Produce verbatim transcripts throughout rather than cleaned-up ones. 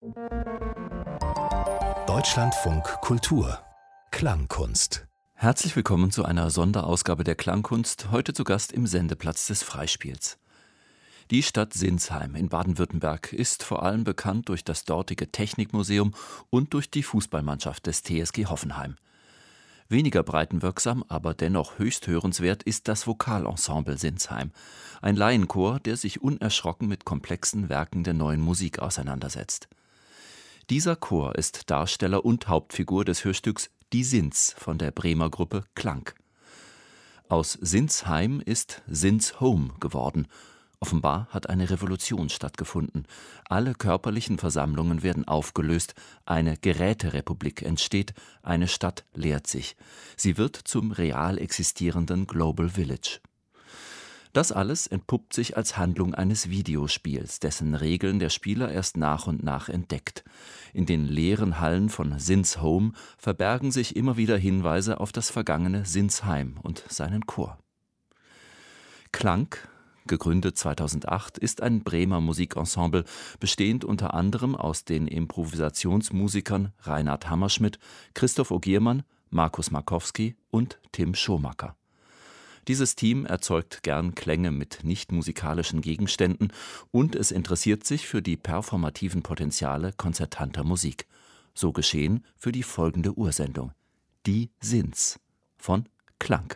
Deutschlandfunk Kultur Klangkunst. Herzlich willkommen zu einer Sonderausgabe der Klangkunst, heute zu Gast im Sendeplatz des Freispiels. Die Stadt Sinsheim in Baden-Württemberg ist vor allem bekannt durch das dortige Technikmuseum und durch die Fußballmannschaft des T S G Hoffenheim. Weniger breitenwirksam, aber dennoch höchst hörenswert ist das Vokalensemble Sinsheim, ein Laienchor, der sich unerschrocken mit komplexen Werken der neuen Musik auseinandersetzt. Dieser Chor ist Darsteller und Hauptfigur des Hörstücks Die Sins von der Bremer Gruppe Klang. Aus Sinsheim ist Sinshome geworden. Offenbar hat eine Revolution stattgefunden. Alle körperlichen Versammlungen werden aufgelöst, eine Geräterepublik entsteht, eine Stadt leert sich. Sie wird zum real existierenden Global Village. Das alles entpuppt sich als Handlung eines Videospiels, dessen Regeln der Spieler erst nach und nach entdeckt. In den leeren Hallen von Sinshome verbergen sich immer wieder Hinweise auf das vergangene Sinsheim und seinen Chor. Klang, gegründet zweitausendacht, ist ein Bremer Musikensemble, bestehend unter anderem aus den Improvisationsmusikern Reinhard Hammerschmidt, Christoph Ogiermann, Markus Markowski und Tim Schomacker. Dieses Team erzeugt gern Klänge mit nicht-musikalischen Gegenständen und es interessiert sich für die performativen Potenziale konzertanter Musik. So geschehen für die folgende Ursendung: Die Sins von Klang.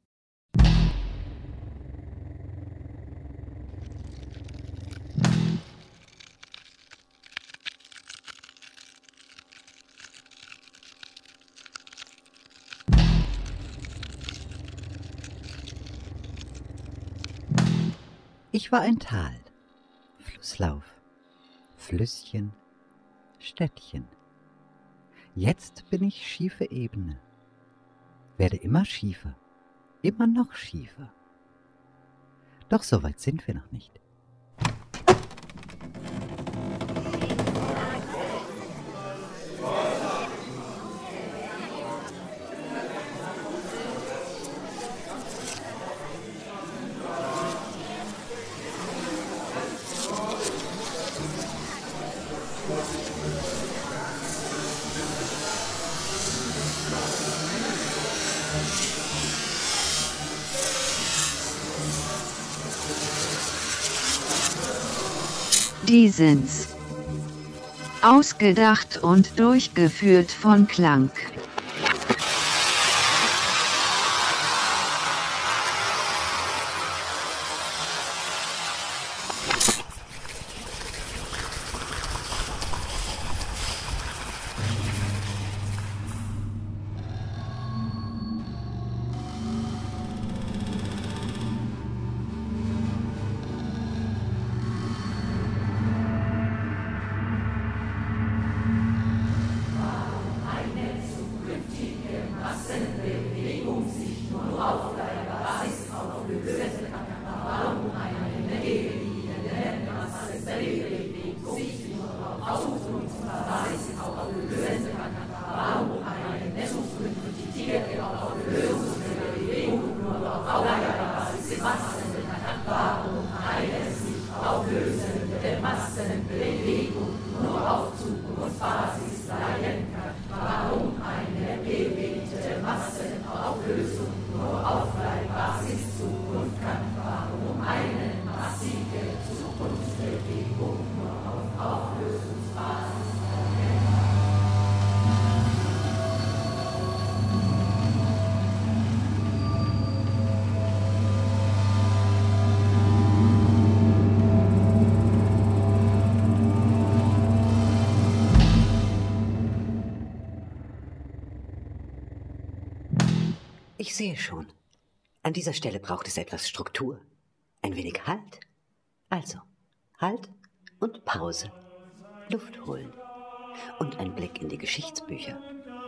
Ich war ein Tal, Flusslauf, Flüsschen, Städtchen. Jetzt bin ich schiefe Ebene, werde immer schiefer, immer noch schiefer. Doch so weit sind wir noch nicht. Die Sins. Ausgedacht und durchgeführt von Klang. Ich sehe schon. An dieser Stelle braucht es etwas Struktur. Ein wenig Halt. Also, Halt und Pause. Luft holen. Und ein Blick in die Geschichtsbücher.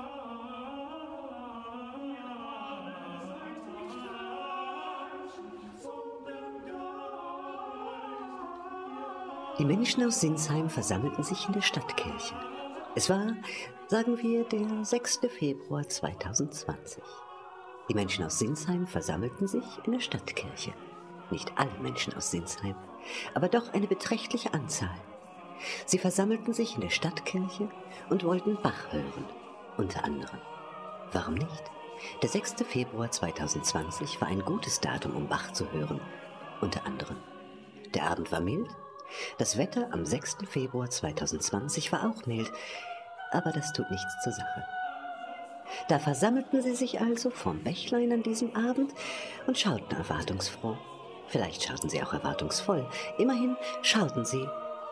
Die Menschen aus Sinsheim versammelten sich in der Stadtkirche. Es war, sagen wir, der sechster Februar zweitausendzwanzig. Die Menschen aus Sinsheim versammelten sich in der Stadtkirche. Nicht alle Menschen aus Sinsheim, aber doch eine beträchtliche Anzahl. Sie versammelten sich in der Stadtkirche und wollten Bach hören, unter anderem. Warum nicht? Der sechster Februar zweitausendzwanzig war ein gutes Datum, um Bach zu hören, unter anderem. Der Abend war mild, das Wetter am sechster Februar zweitausendzwanzig war auch mild, aber das tut nichts zur Sache. Da versammelten sie sich also vorm Bächlein an diesem Abend und schauten erwartungsfroh. Vielleicht schauten sie auch erwartungsvoll. Immerhin schauten sie.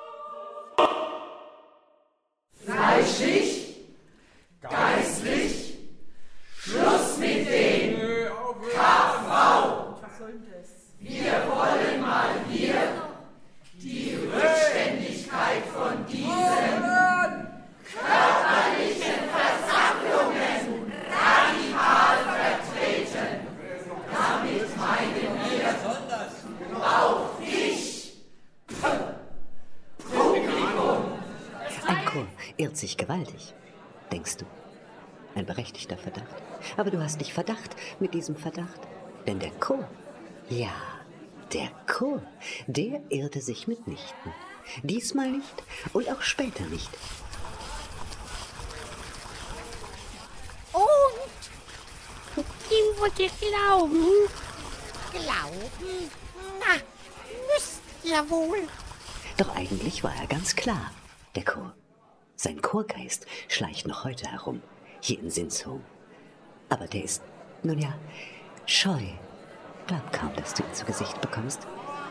Fleischlich, geistlich, Schluss mit dem K V. Wir wollen mal hier die Rückständigkeit von diesen körperlichen Versammlungen radikal vertreten. Damit meinen wir auch dich, Publikum. Ein Chor irrt sich gewaltig, denkst du. Ein berechtigter Verdacht. Aber du hast nicht Verdacht mit diesem Verdacht. Denn der Chor, ja, der Chor, der irrte sich mitnichten. Diesmal nicht und auch später nicht. Und ihm wollt ihr glauben? Glauben? Na, müsst ihr wohl. Doch eigentlich war er ganz klar, der Chor. Sein Chorgeist schleicht noch heute herum, hier in Sinsheim. Aber der ist, nun ja, scheu. Glaub kaum, dass du ihn zu Gesicht bekommst.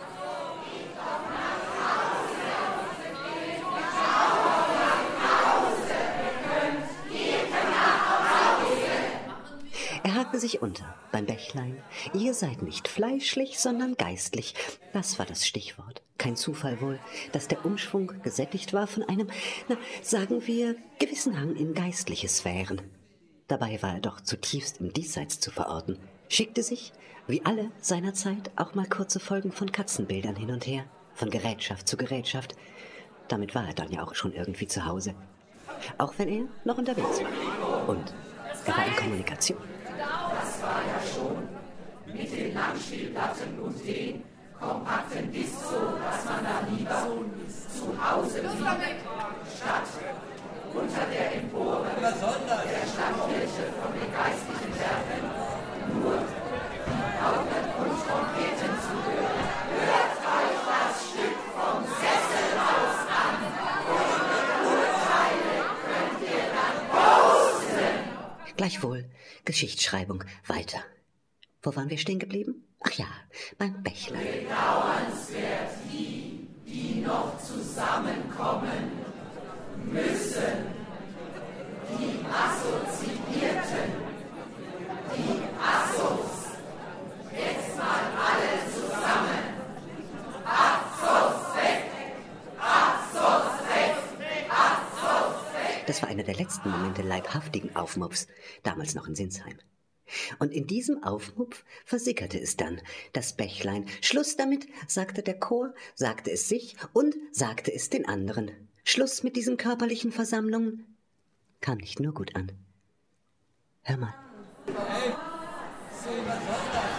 Er hakte sich unter beim Bächlein. Ihr seid nicht fleischlich, sondern geistlich. Das war das Stichwort. Kein Zufall wohl, dass der Umschwung gesättigt war von einem, na, sagen wir, gewissen Hang in geistliche Sphären. Dabei war er doch zutiefst im Diesseits zu verorten, schickte sich, wie alle seiner Zeit, auch mal kurze Folgen von Katzenbildern hin und her, von Gerätschaft zu Gerätschaft. Damit war er dann ja auch schon irgendwie zu Hause. Auch wenn er noch unterwegs war. Und er war in Kommunikation. Das war ja schon mit den Langspielplatten und den kompakten Discs so, dass man da lieber zu Hause blieb, statt unter der Empore der Stadtkirche von den geistlichen Werken nur Pauken und Trompeten zu hören. Hört euch das Stück vom Sesselhaus an und Urteile könnt ihr dann posten. Gleichwohl, Geschichtsschreibung weiter. Wo waren wir stehen geblieben? Ach ja, beim Bächlein. Bedauernswert die, die noch zusammenkommen müssen. Die Assoziierten, die Assos. Jetzt mal alle zusammen. Assos weg, Assos weg, Assos weg. Das war einer der letzten Momente leibhaftigen Aufmuffs, damals noch in Sinsheim. Und in diesem Aufmupf versickerte es dann, das Bächlein. Schluss damit, sagte der Chor, sagte es sich und sagte es den anderen. Schluss mit diesen körperlichen Versammlungen. Kam nicht nur gut an. Hör mal. Hey, was soll das?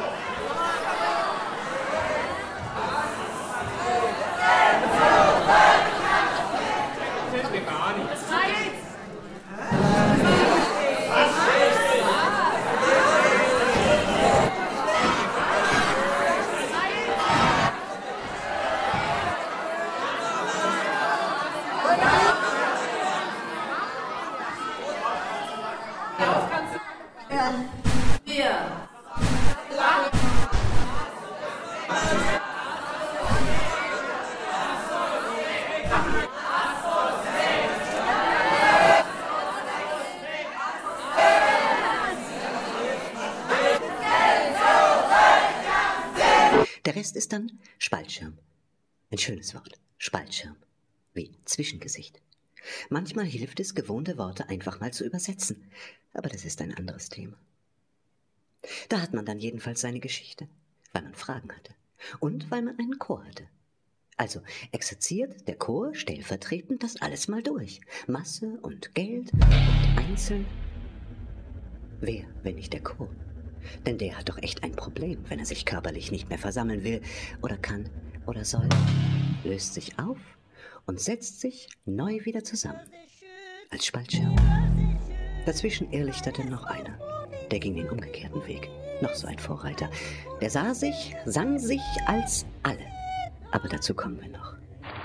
Der Rest ist dann Spaltschirm. Ein schönes Wort. Spaltschirm. Wie Zwischengesicht. Manchmal hilft es, gewohnte Worte einfach mal zu übersetzen. Aber das ist ein anderes Thema. Da hat man dann jedenfalls seine Geschichte, weil man Fragen hatte. Und weil man einen Chor hatte. Also exerziert der Chor stellvertretend das alles mal durch. Masse und Geld und einzeln. Wer, wenn nicht der Chor? Denn der hat doch echt ein Problem, wenn er sich körperlich nicht mehr versammeln will oder kann oder soll. Löst sich auf und setzt sich neu wieder zusammen. Als Spaltschirm. Dazwischen irrlichterte noch einer. Der ging den umgekehrten Weg. Noch so ein Vorreiter. Der sah sich, sang sich als alle. Aber dazu kommen wir noch.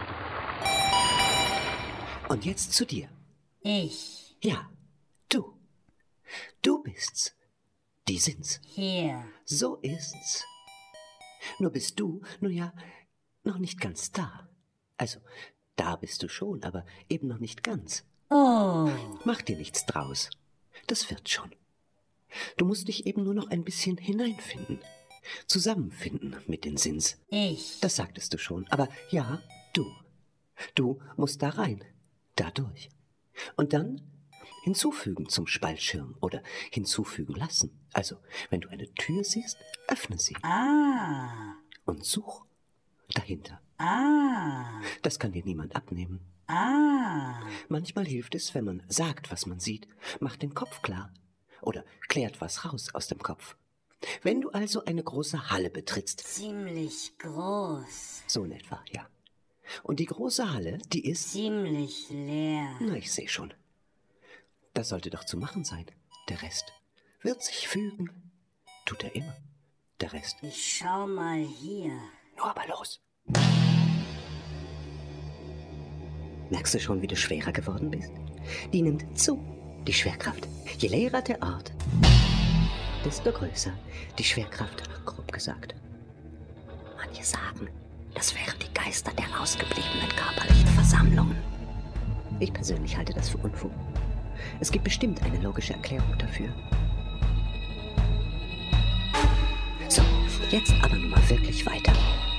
Und jetzt zu dir. Ich. Ja, du. Du bist's. Die sind's. Hier. So ist's. Nur bist du, nun ja, noch nicht ganz da. Also, da bist du schon, aber eben noch nicht ganz. Oh. Mach dir nichts draus. Das wird schon. Du musst dich eben nur noch ein bisschen hineinfinden. Zusammenfinden mit den Sinns. Ich. Das sagtest du schon. Aber ja, du. Du musst da rein. Da durch. Und dann hinzufügen zum Spaltschirm oder hinzufügen lassen. Also, wenn du eine Tür siehst, öffne sie. Ah. Und such dahinter. Ah. Das kann dir niemand abnehmen. Ah. Manchmal hilft es, wenn man sagt, was man sieht, macht den Kopf klar oder klärt was raus aus dem Kopf. Wenn du also eine große Halle betrittst. Ziemlich groß. So in etwa, ja. Und die große Halle, die ist... Ziemlich leer. Na, ich sehe schon. Das sollte doch zu machen sein. Der Rest wird sich fügen. Tut er immer. Der Rest. Ich schau mal hier. Nur aber los. Merkst du schon, wie du schwerer geworden bist? Die nimmt zu, die Schwerkraft. Je leerer der Ort, desto größer die Schwerkraft, grob gesagt. Manche sagen, das wären die Geister der ausgebliebenen körperlichen Versammlungen. Ich persönlich halte das für Unfug. Es gibt bestimmt eine logische Erklärung dafür. So, jetzt aber nun mal wirklich weiter.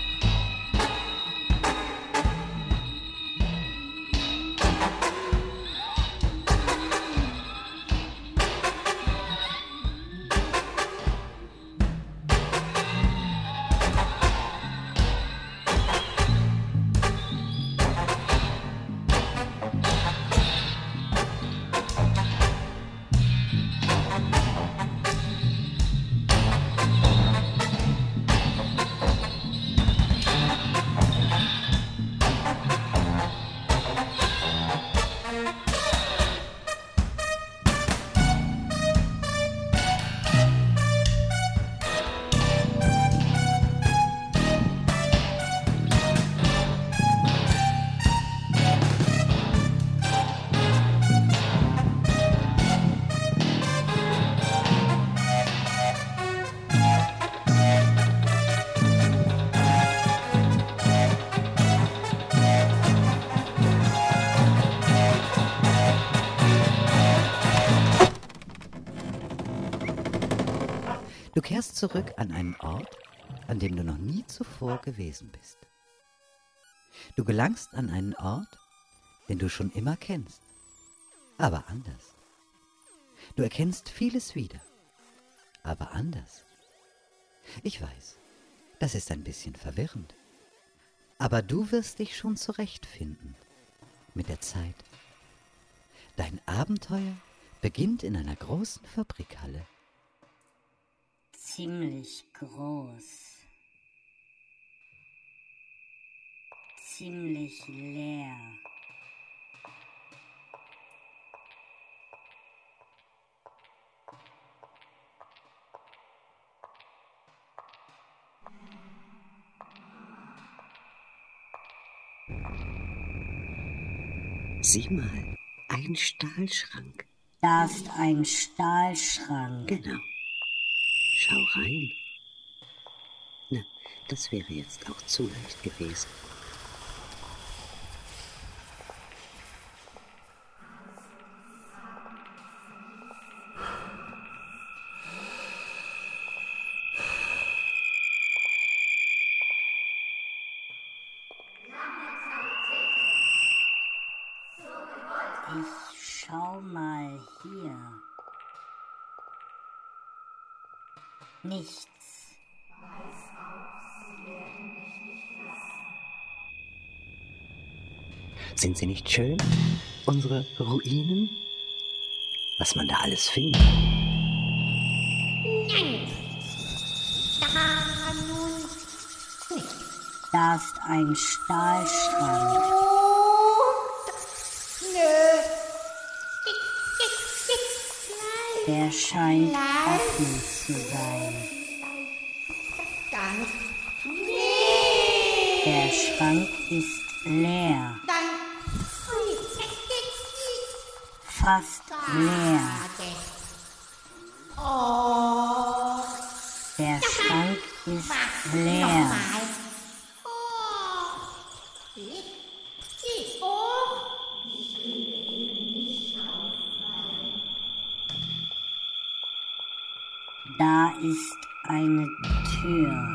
Du kehrst zurück an einen Ort, an dem du noch nie zuvor gewesen bist. Du gelangst an einen Ort, den du schon immer kennst, aber anders. Du erkennst vieles wieder, aber anders. Ich weiß, das ist ein bisschen verwirrend, aber du wirst dich schon zurechtfinden mit der Zeit. Dein Abenteuer beginnt in einer großen Fabrikhalle. Ziemlich groß. Ziemlich leer. Sieh mal, ein Stahlschrank. Da ist ein Stahlschrank. Genau. Schau rein. Na, das wäre jetzt auch zu leicht gewesen. Ich schau mal hier. Nichts. Sind sie nicht schön, unsere Ruinen? Was man da alles findet. Nein. Da nun nicht. Da ist ein Stahlschrank. Der scheint offen zu sein. Ganz Der Schrank ist leer. Fast leer. Oh. Der Schrank ist leer. Da ist eine Tür.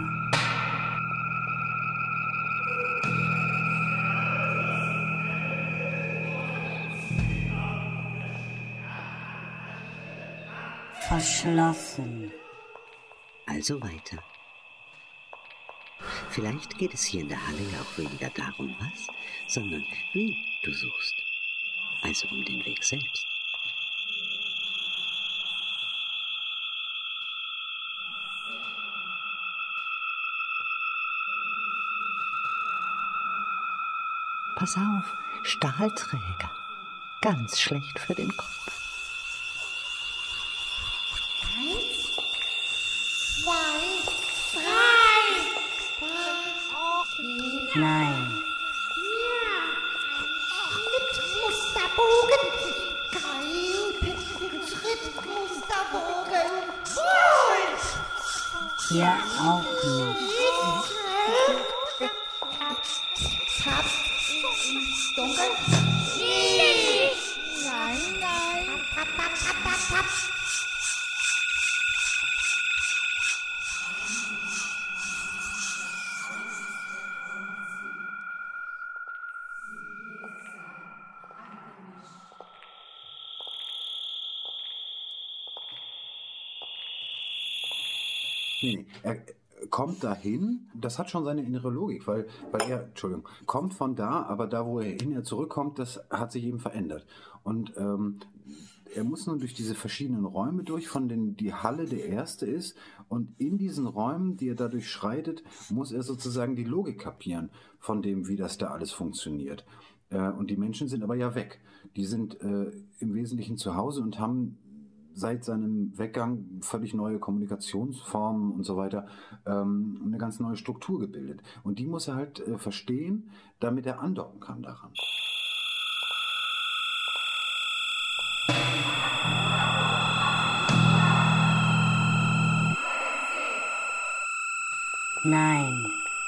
Verschlossen. Also weiter. Vielleicht geht es hier in der Halle ja auch weniger darum, was, sondern wie du suchst. Also um den Weg selbst. Pass auf, Stahlträger. Ganz schlecht für den Kopf. Nein. Schrittmusterbogen. Kein Schrittmusterbogen. Hier auch nicht. Tap. Dunkel. Nein, nein. Tap, tap, tap, tap, tap. Nee, er kommt dahin, das hat schon seine innere Logik, weil, weil er, Entschuldigung, kommt von da, aber da, wo er hin er zurückkommt, das hat sich eben verändert. Und ähm, er muss nun durch diese verschiedenen Räume durch, von denen die Halle der erste ist. Und in diesen Räumen, die er dadurch schreitet, muss er sozusagen die Logik kapieren von dem, wie das da alles funktioniert. Äh, und die Menschen sind aber ja weg. Die sind äh, im Wesentlichen zu Hause und haben seit seinem Weggang völlig neue Kommunikationsformen und so weiter, ähm, eine ganz neue Struktur gebildet. Und die muss er halt äh, verstehen, damit er andocken kann daran. Nein.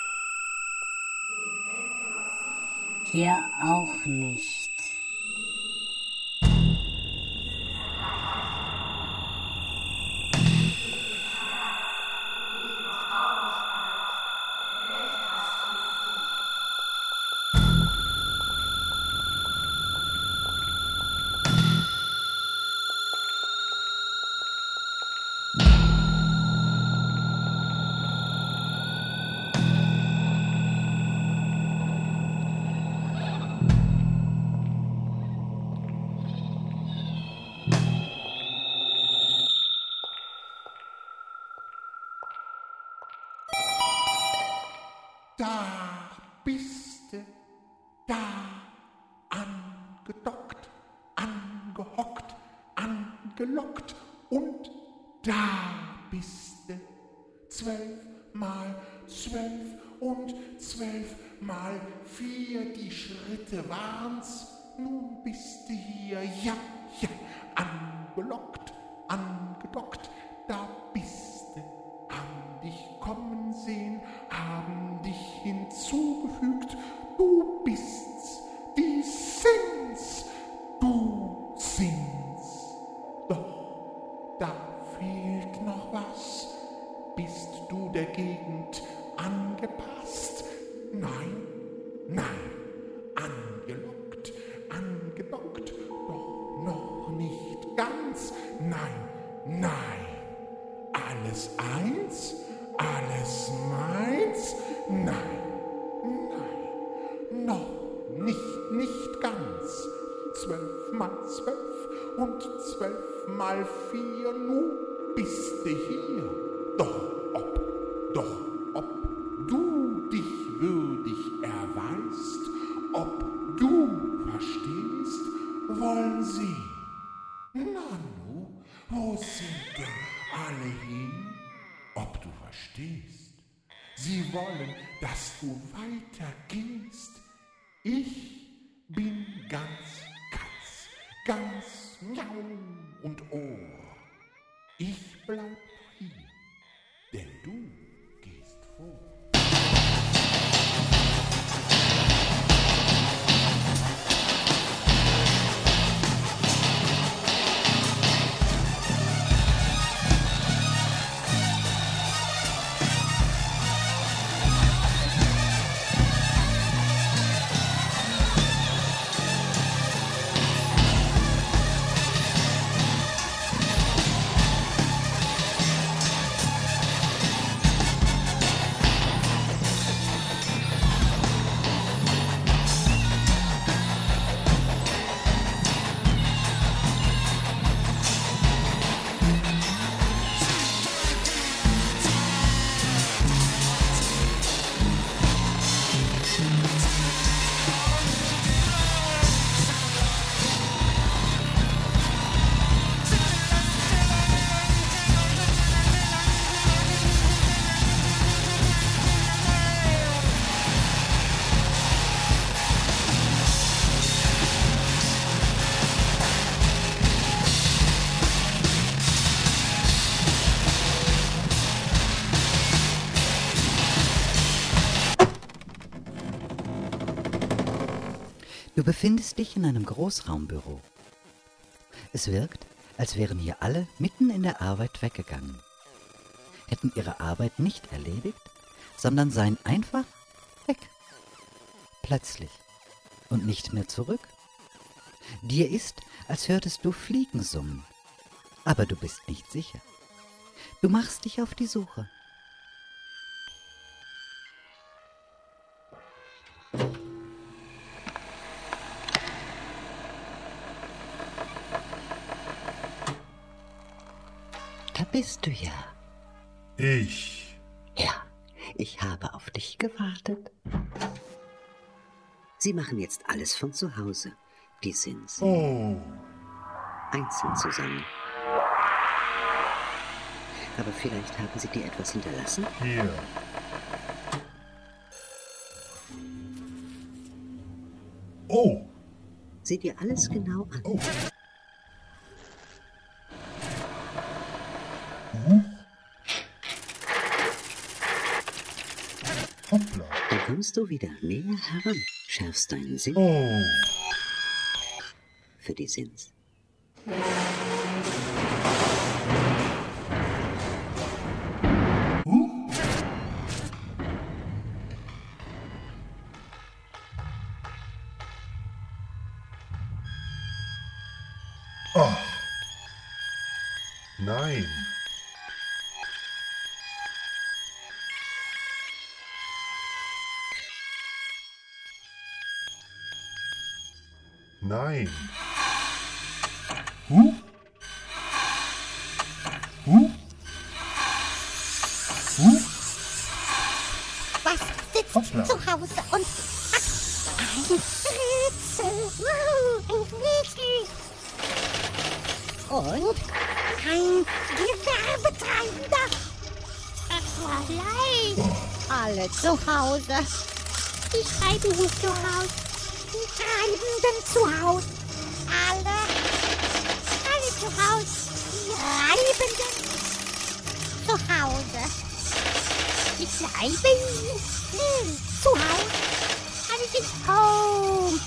Hier auch nicht. Da bist du, da angedockt, angehockt, angelockt und da bist du. Zwölf mal zwölf und zwölf mal vier, die Schritte waren's. Nun bist du hier, ja, ja, angelockt, angedockt, da bist du. Haben dich kommen sehen, haben dich hinzugefügt, du bist's, die sind's, du sind's. Doch da fehlt noch was. Bist du der Gegend angepasst? Nein, nein, angelockt, angedockt, doch noch nicht ganz. Nein, nein, alles eins, alles meins? Nein, nein, noch nicht, nicht ganz. Zwölf mal zwölf und zwölf mal vier, nun bist du hier. Doch ob, doch ob du dich würdig erweist, ob du verstehst, wollen sie. Na nu, Wo sind denn alle hin? Ob du verstehst? Sie wollen, dass du weiter gehst. Ich bin ganz Katz, ganz Miau und Ohr. Ich bleib hier, denn du gehst vor. Du befindest dich in einem Großraumbüro. Es wirkt, als wären hier alle mitten in der Arbeit weggegangen, hätten ihre Arbeit nicht erledigt, sondern seien einfach weg. Plötzlich und nicht mehr zurück. Dir ist, als hörtest du Fliegen summen, aber du bist nicht sicher. Du machst dich auf die Suche. Da bist du ja. Ich. Ja, ich habe auf dich gewartet. Sie machen jetzt alles von zu Hause. Die sind's. Oh. Einzeln zusammen. Aber vielleicht haben sie dir etwas hinterlassen? Hier. Oh. Sieh dir alles genau an. Oh. Hm? Hoppla. Dann kommst du wieder näher heran, schärfst deinen Sinn. Oh. Für die sind's. Ach. Nein. Nein. Huh? Huh? Huh? Was sitzt Hoppla. zu Hause und hat ein Rätsel? Wow, ein Rätsel. Und kein Gewerbetreibender. Allein. Alle zu Hause. Die schreiben nicht zu Hause. Die Treibenden zu Hause. Alle. Alle zu Hause. Die Treibenden zu Hause. Die bleiben hm, zu Hause. Alle sind home.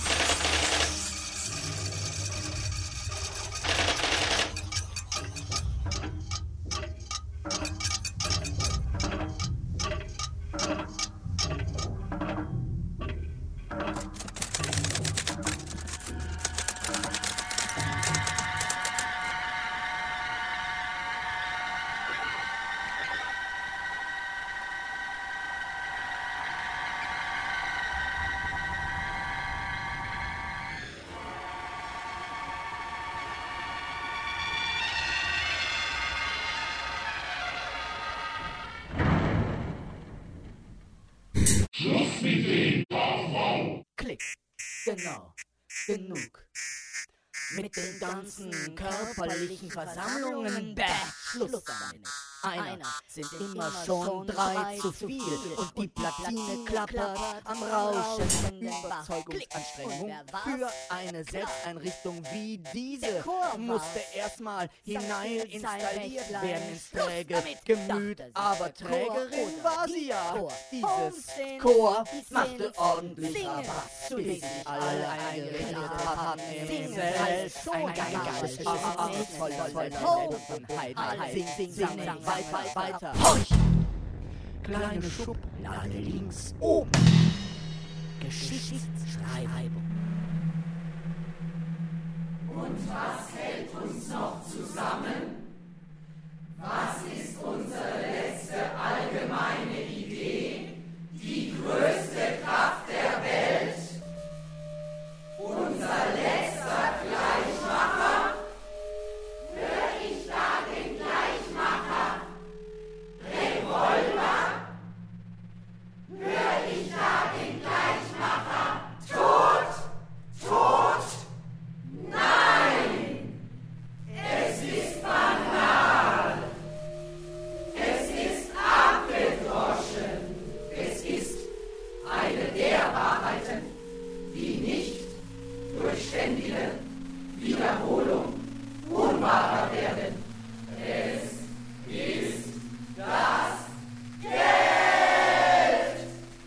Schluss mit dem Wow. Klick. Genau. Genug. mit den ganzen körperlichen Versammlungen. Bäh, Schluss damit. Einer sind immer schon drei zu viel und die Platine klappert am Rauschen. Überzeugungsanstrengung für eine Selbsteinrichtung wie diese musste erstmal hinein installiert werden ins träge Gemüt, aber Trägerin war sie ja. Dieses Chor machte ordentlich Rabatt, bis sich alle eingerichtet hatten im Selbst. Ein geiges voller Vollheit. Sing, sing, sing, weiter, weiter. Horch! Kleine Schublade links oben. Geschichtsschreibung. Und was hält uns noch zusammen? Was ist unsere letzte allgemeine Idee? Die größte Kraft der Welt? Unser letzter Gleichmacher? Hör ich da den Gleichmacher? Revolver? Hör ich da den Gleichmacher? Tod? Tod? Nein! Es ist banal. Es ist abgedroschen. Es ist eine der Wahrheiten, die nicht durch ständige Wiederholung unwahrer werden. Es ist das Geld.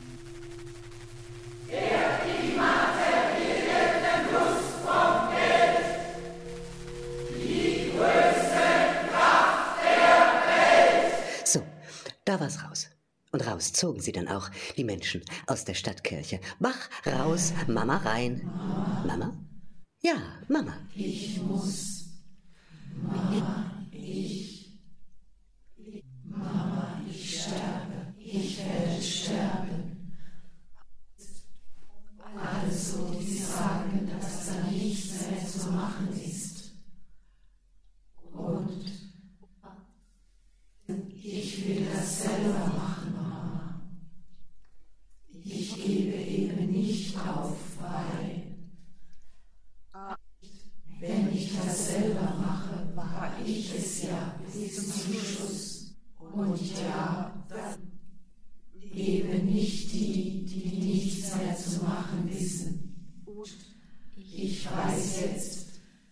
Der immaterielle Genuss vom Geld. Die größte Kraft der Welt. So, da war's raus. Und raus zogen sie dann auch, die Menschen, aus der Stadtkirche. Bach, raus, Mama rein. Mama? Ja, Mama. Ich muss. Mama, ich. Mama, ich sterbe. Ich werde sterben. Also, die sagen, dass da nichts mehr zu machen ist. Und ich will das selber machen, Mama. Ich gebe eben nicht auf, weil wenn ich das selber mache, war ich es ja bis zum Schluss. Und ja, eben nicht die, die nichts mehr zu machen wissen. Ich weiß jetzt.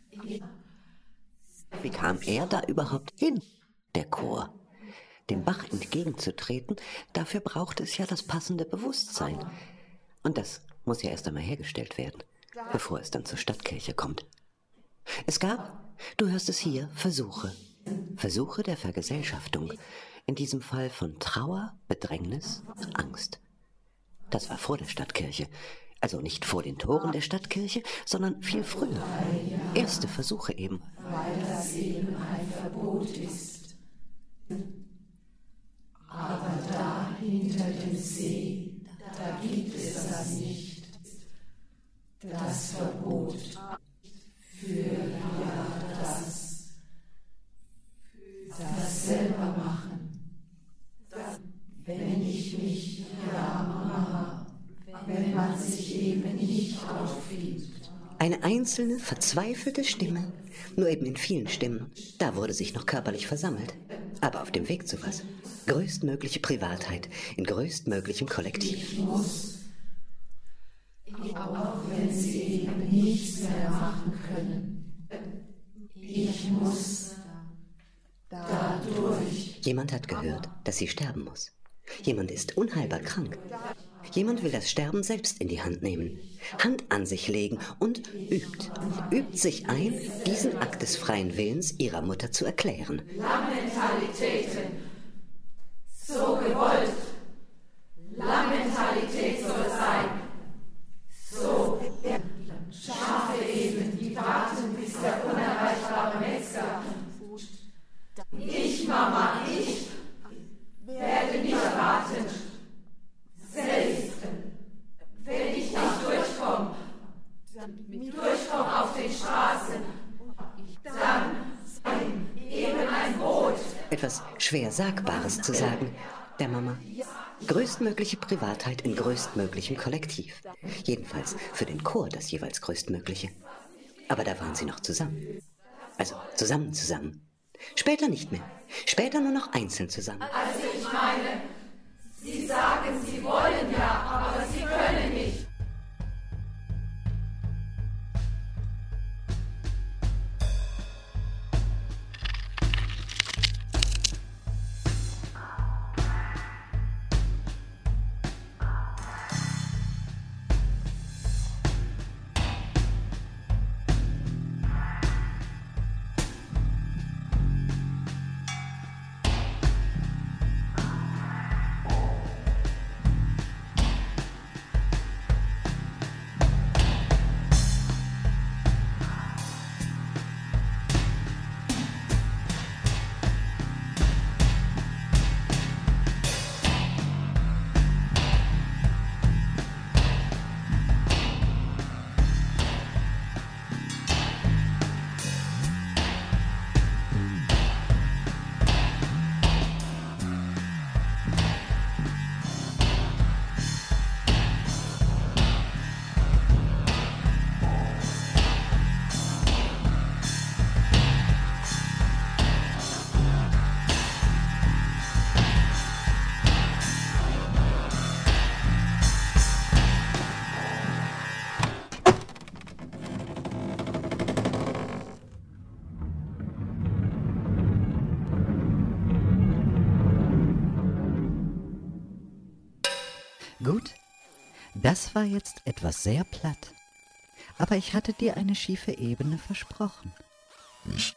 Wie kam er da überhaupt hin, der Chor? Dem Bach entgegenzutreten, dafür braucht es ja das passende Bewusstsein. Und das muss ja erst einmal hergestellt werden, bevor es dann zur Stadtkirche kommt. Es gab, du hörst es hier, Versuche. Versuche der Vergesellschaftung. In diesem Fall von Trauer, Bedrängnis, Angst. Das war vor der Stadtkirche. Also nicht vor den Toren der Stadtkirche, sondern viel früher. Erste Versuche eben. Weil das eben ein Verbot ist. Aber da hinter dem See, da gibt es das nicht. Das Verbot für ja das, das selber machen. Wenn ich mich, ja Mama, wenn man sich eben nicht aufgibt. Eine einzelne, verzweifelte Stimme, nur eben in vielen Stimmen. Da wurde sich noch körperlich versammelt. Aber auf dem Weg zu was? Größtmögliche Privatheit in größtmöglichem Kollektiv. Ich muss, auch wenn sie eben nichts mehr machen können, ich muss dadurch. Jemand hat gehört, dass sie sterben muss. Jemand ist unheilbar krank. Jemand will das Sterben selbst in die Hand nehmen, Hand an sich legen und übt. Übt sich ein, diesen Akt des freien Willens ihrer Mutter zu erklären. Lamentalitäten, so gewollt. Lamentalität soll sein. So. Schafe eben, die warten, bis der unerreichbare Metzger. Ich, Mama, ich werde nicht warten. Selbst wenn ich nicht durchkomme, durchkomme auf den Straßen, dann eben ein Brot. Etwas schwer Sagbares zu sagen, der Mama. Größtmögliche Privatheit in größtmöglichem Kollektiv. Jedenfalls für den Chor das jeweils Größtmögliche. Aber da waren sie noch zusammen. Also zusammen, zusammen. Später nicht mehr. Später nur noch einzeln zusammen. Also ich meine, Sie sagen, Sie wollen ja, aber Sie können nicht. Gut, das war jetzt etwas sehr platt. Aber ich hatte dir eine schiefe Ebene versprochen. Ich...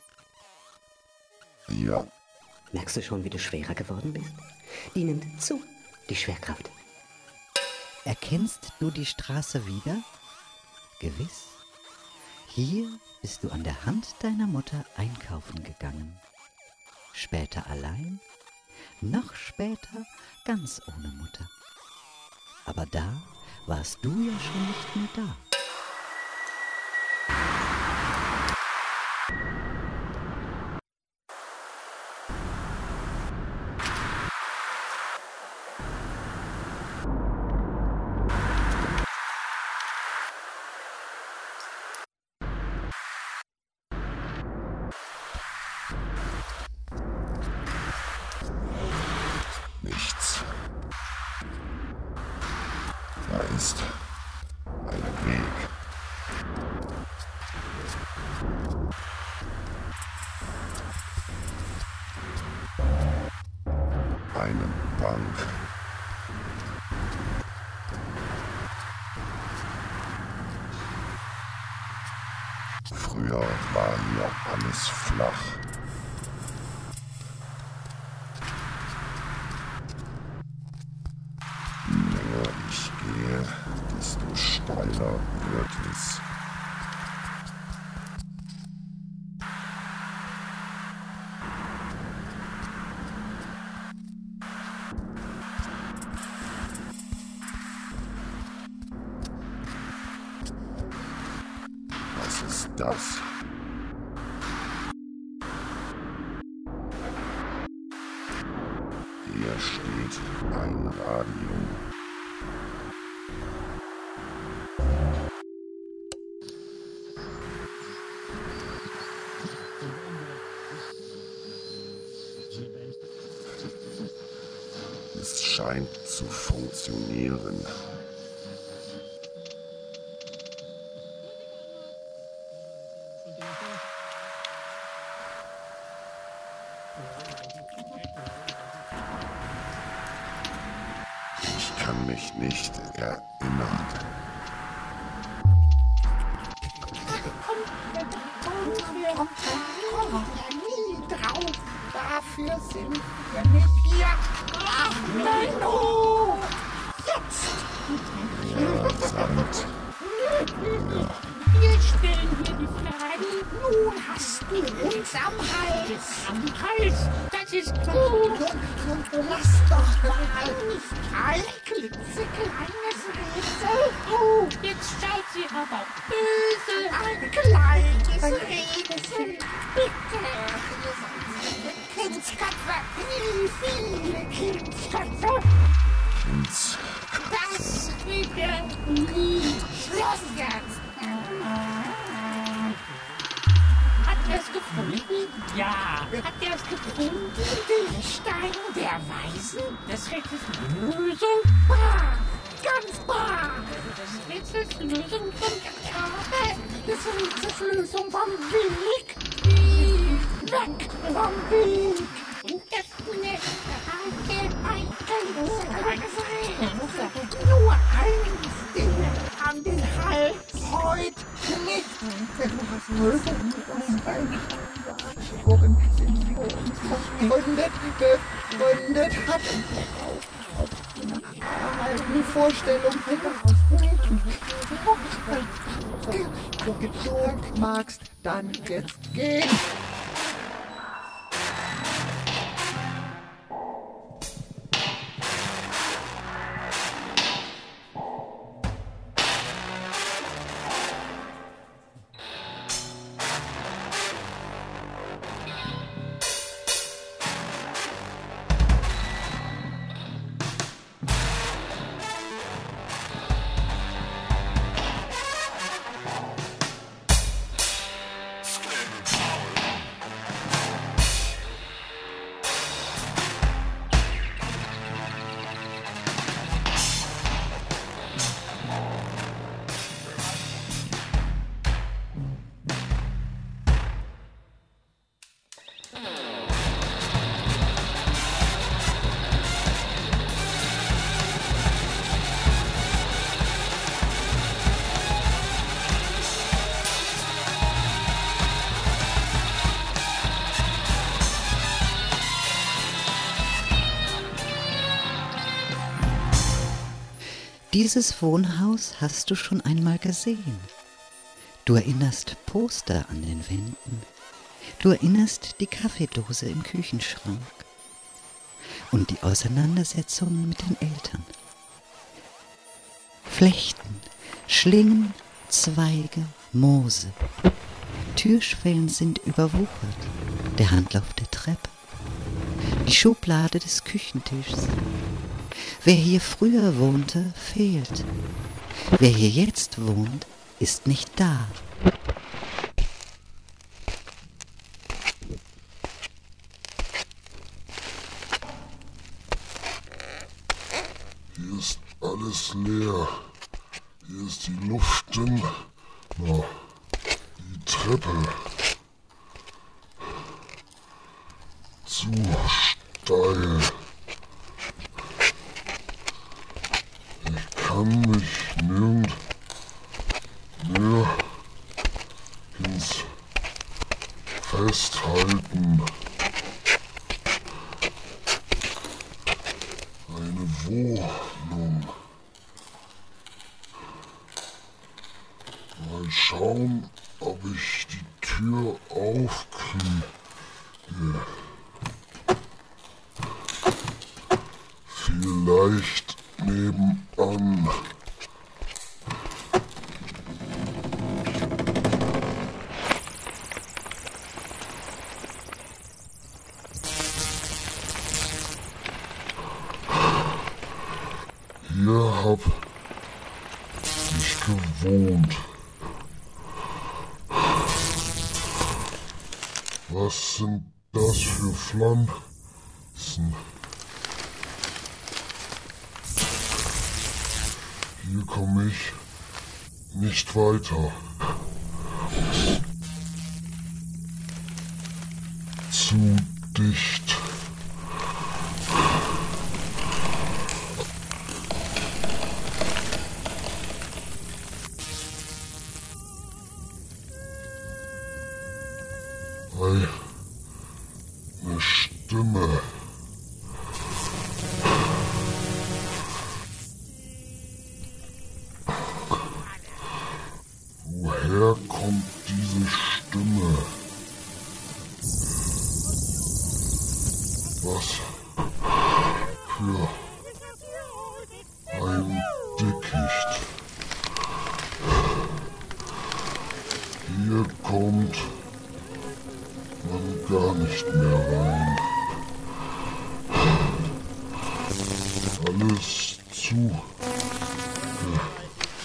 Ja. Merkst du schon, wie du schwerer geworden bist? Die nimmt zu, die Schwerkraft. Erkennst du die Straße wieder? Gewiss. Hier bist du an der Hand deiner Mutter einkaufen gegangen. Später allein, noch später ganz ohne Mutter. Aber da warst du ja schon nicht mehr da. Nichts. Da ist ein Weg. Eine Bank. Früher war hier alles flach. Je länger ich gehe, desto steiler wird es. Was ist das? Hier steht ein Radio. Es scheint zu funktionieren. Ich kann mich nicht erinnern. Drauf. Dafür sind wir nicht hier. Ach, nein, oh! Jetzt! Ja, Sand. Ja. Wir stellen hier die Fragen. Nun hast du uns am Hals. Am Hals? Das ist gut. Und, und lass doch mal nicht ein klitzekleines Rätsel. Oh, jetzt schaut sie aber böse. Ein kleines Rätsel. Bitte. Kindsköpfe. Wie viele Kindsköpfe? Kindsköpfe. Das wird nie Schluss jetzt. Ja, hat er es gefunden? Den Stein der Weisen? Des Rätsels Lösung? Bah, ganz bah! Des Rätsels Lösung vom Kabel? Des Rätsels Lösung vom Weg? Weg vom Weg! Und das nächste Halte ein nur eins Ding an den Hals heute nicht. Du hast Lösung worin sind wir uns verfreundet, befreundet hatten. Eine Vorstellung du magst dann jetzt gehen. Dieses Wohnhaus hast du schon einmal gesehen. Du erinnerst Poster an den Wänden. Du erinnerst die Kaffeedose im Küchenschrank und die Auseinandersetzungen mit den Eltern. Flechten, Schlingen, Zweige, Moose. Türschwellen sind überwuchert, der Handlauf der Treppe, die Schublade des Küchentischs. Wer hier früher wohnte, fehlt. Wer hier jetzt wohnt, ist nicht da. Hier ist alles leer. Hier ist die Luft dünn. Na, die Treppe. Zu steil. Ich kann mich nirgend mehr ins Festhalten. Eine Wohnung. Mal schauen, ob ich die Tür aufkriege. Vielleicht nebenan. Hier hab ich gewohnt. Was sind das für Pflanzen? Hier komme ich nicht weiter. Zu dicht. Eine Stimme. Woher kommt diese Stimme? Was für ein Dickicht. Hier kommt man gar nicht mehr rein. Alles zu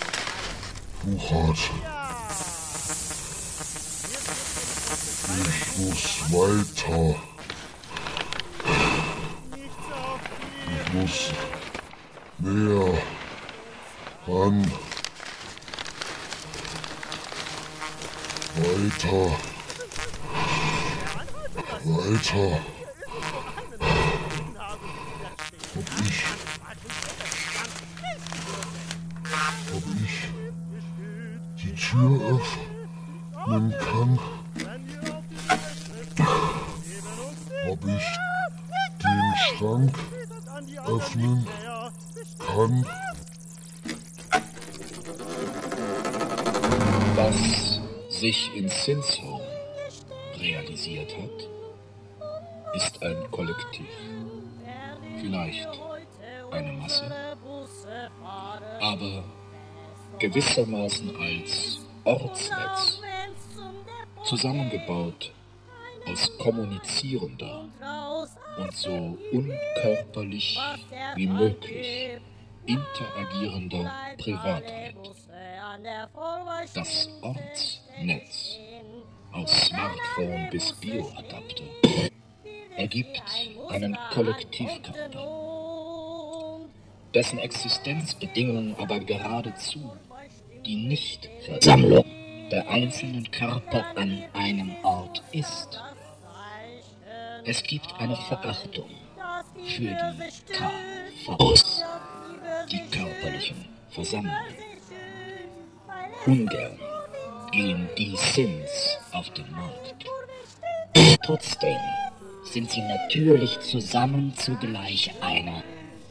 gewuchert. Ich muss weiter. Ich muss näher ran. Weiter. Weiter. Ob ich... Ob ich die Tür öffnen kann? Ob ich den Schrank öffnen kann? Was sich in Sinsheim realisiert hat, ist ein Kollektiv. Vielleicht eine Masse, aber gewissermaßen als Ortsnetz, zusammengebaut aus kommunizierender und so unkörperlich wie möglich interagierender Privatheit. Das Ortsnetz, aus Smartphone bis Bioadapter, ergibt einen Kollektivkörper, dessen Existenzbedingung aber geradezu die Nichtversammlung der einzelnen Körper an einem Ort ist. Es gibt eine Verachtung für die K Vs, die körperlichen Versammlungen. Ungern gehen die Sins auf den Markt. Trotzdem sind sie natürlich zusammen zugleich einer.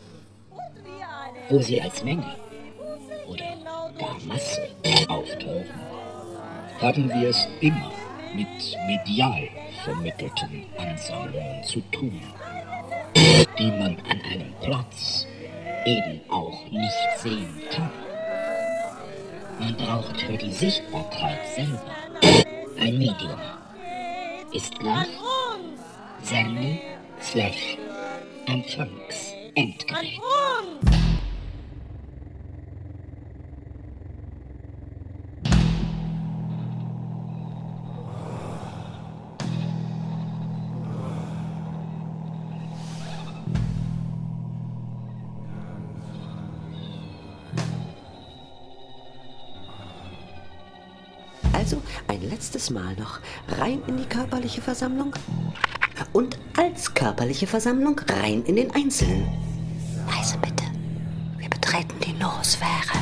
Wo sie als Menge oder gar Masse auftauchen, haben wir es immer mit medial vermittelten Ansammlungen zu tun, die man an einem Platz eben auch nicht sehen kann. Man braucht für die Sichtbarkeit selber ein Medium. Ist gleich Sende slash Empfangsendgerät. Also ein letztes Mal noch rein in die körperliche Versammlung und als körperliche Versammlung rein in den Einzelnen. Leise bitte, wir betreten die Noosphäre.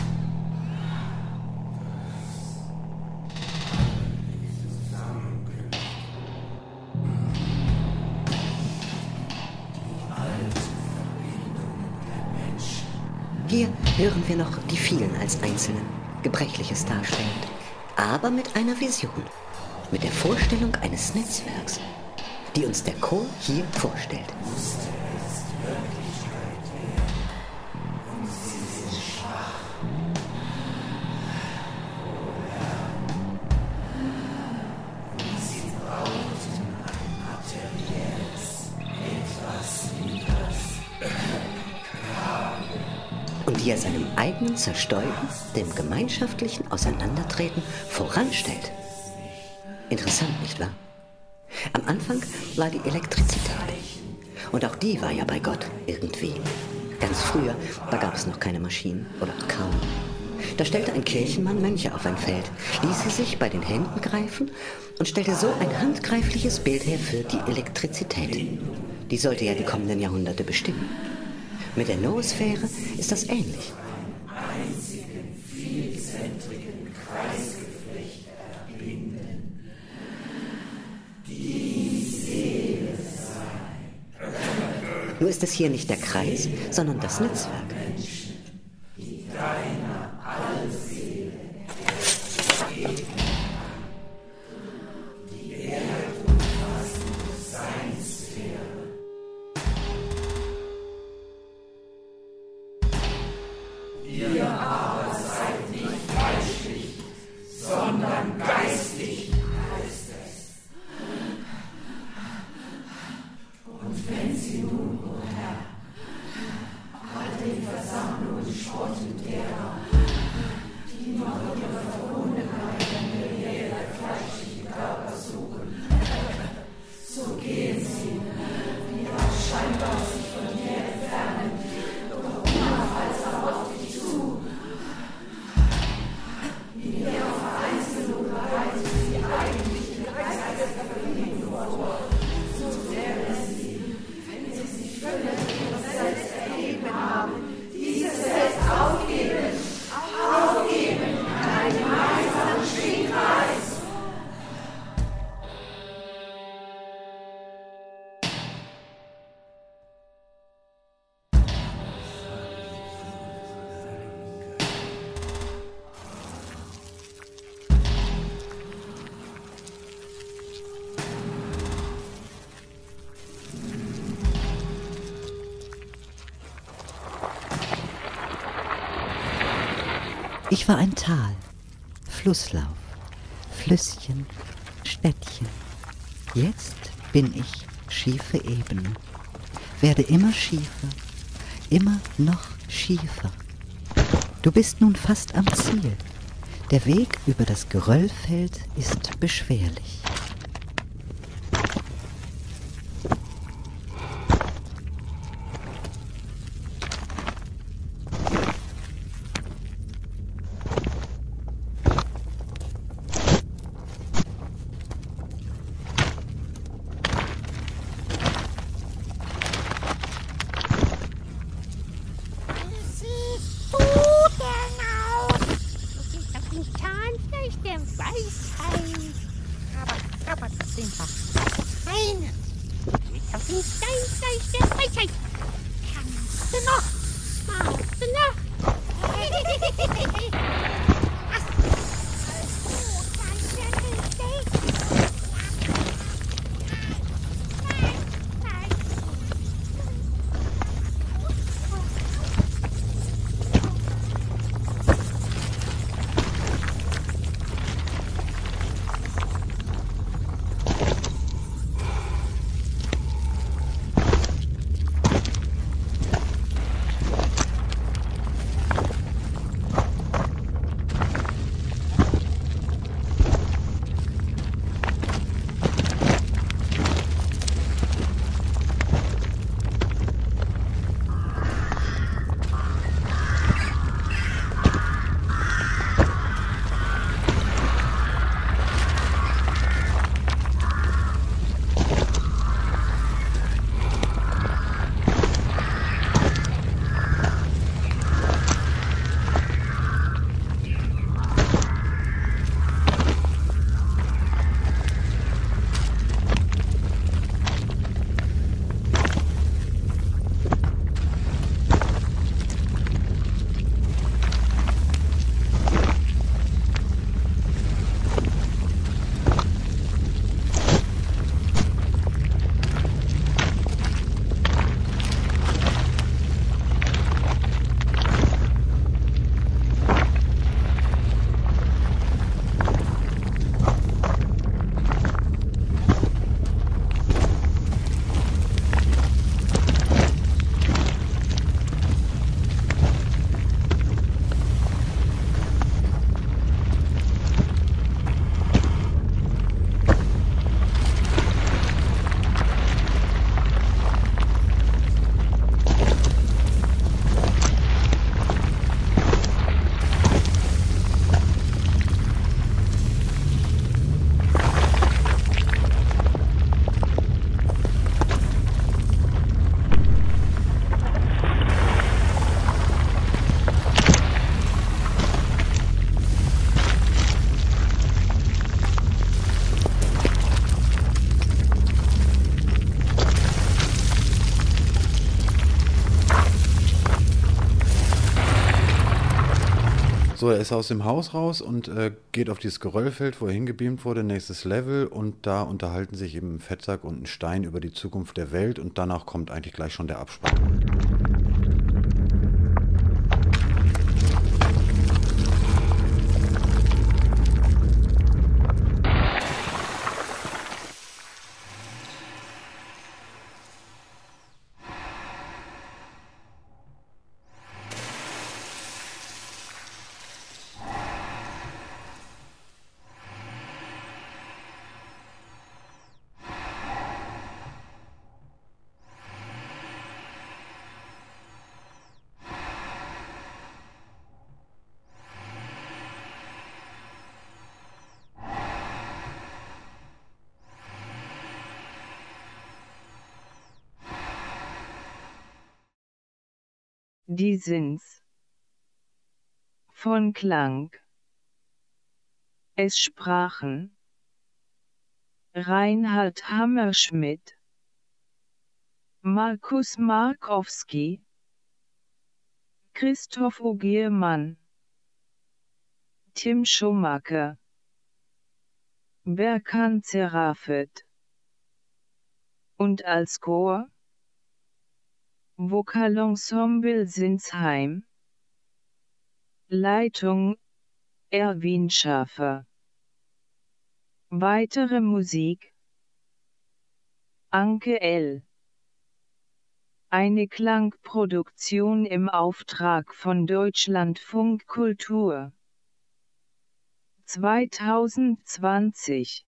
Hier hören wir noch die vielen als Einzelnen, Gebrechliches darstellend. Aber mit einer Vision, mit der Vorstellung eines Netzwerks, die uns der Chor hier vorstellt. Und die er seinem eigenen Zerstäuben, dem gemeinschaftlichen Auseinandertreten voranstellt. Interessant, nicht wahr? Am Anfang war die Elektrizität. Und auch die war ja bei Gott irgendwie. Ganz früher, da gab es noch keine Maschinen oder kaum. Da stellte ein Kirchenmann Mönche auf ein Feld, ließ sie sich bei den Händen greifen und stellte so ein handgreifliches Bild her für die Elektrizität. Die sollte ja die kommenden Jahrhunderte bestimmen. Mit der Noosphäre ist das ähnlich. Einzigen vielzentrigen Kreisgeflecht verbinden, die Seele sein. Nur ist es hier nicht der Kreis, sondern das Netzwerk. Menschen, die deiner Allseele die erdumfassende Seinssphäre. Ihr aber seid nicht fleischlich, sondern geistig, heißt es. Und wenn sie nun, o Herr, all den Ich war ein Tal, Flusslauf, Flüsschen, Städtchen. Jetzt bin ich schiefe Ebene, werde immer schiefer, immer noch schiefer. Du bist nun fast am Ziel. Der Weg über das Geröllfeld ist beschwerlich. So, er ist aus dem Haus raus und äh, geht auf dieses Geröllfeld, wo er hingebeamt wurde, nächstes Level, und da unterhalten sich eben ein Fettsack und ein Stein über die Zukunft der Welt, und danach kommt eigentlich gleich schon der Abspann. Die Sins von Klang. Es sprachen Reinhard Hammerschmidt, Markus Markowski, Christoph Ogiermann, Tim Schumacher, Berkan Zerafet. Und als Chor Vokalensemble Sinsheim. Leitung Erwin Schaffer. Weitere Musik Anke L. Eine Klangproduktion im Auftrag von Deutschlandfunk Kultur zweitausendzwanzig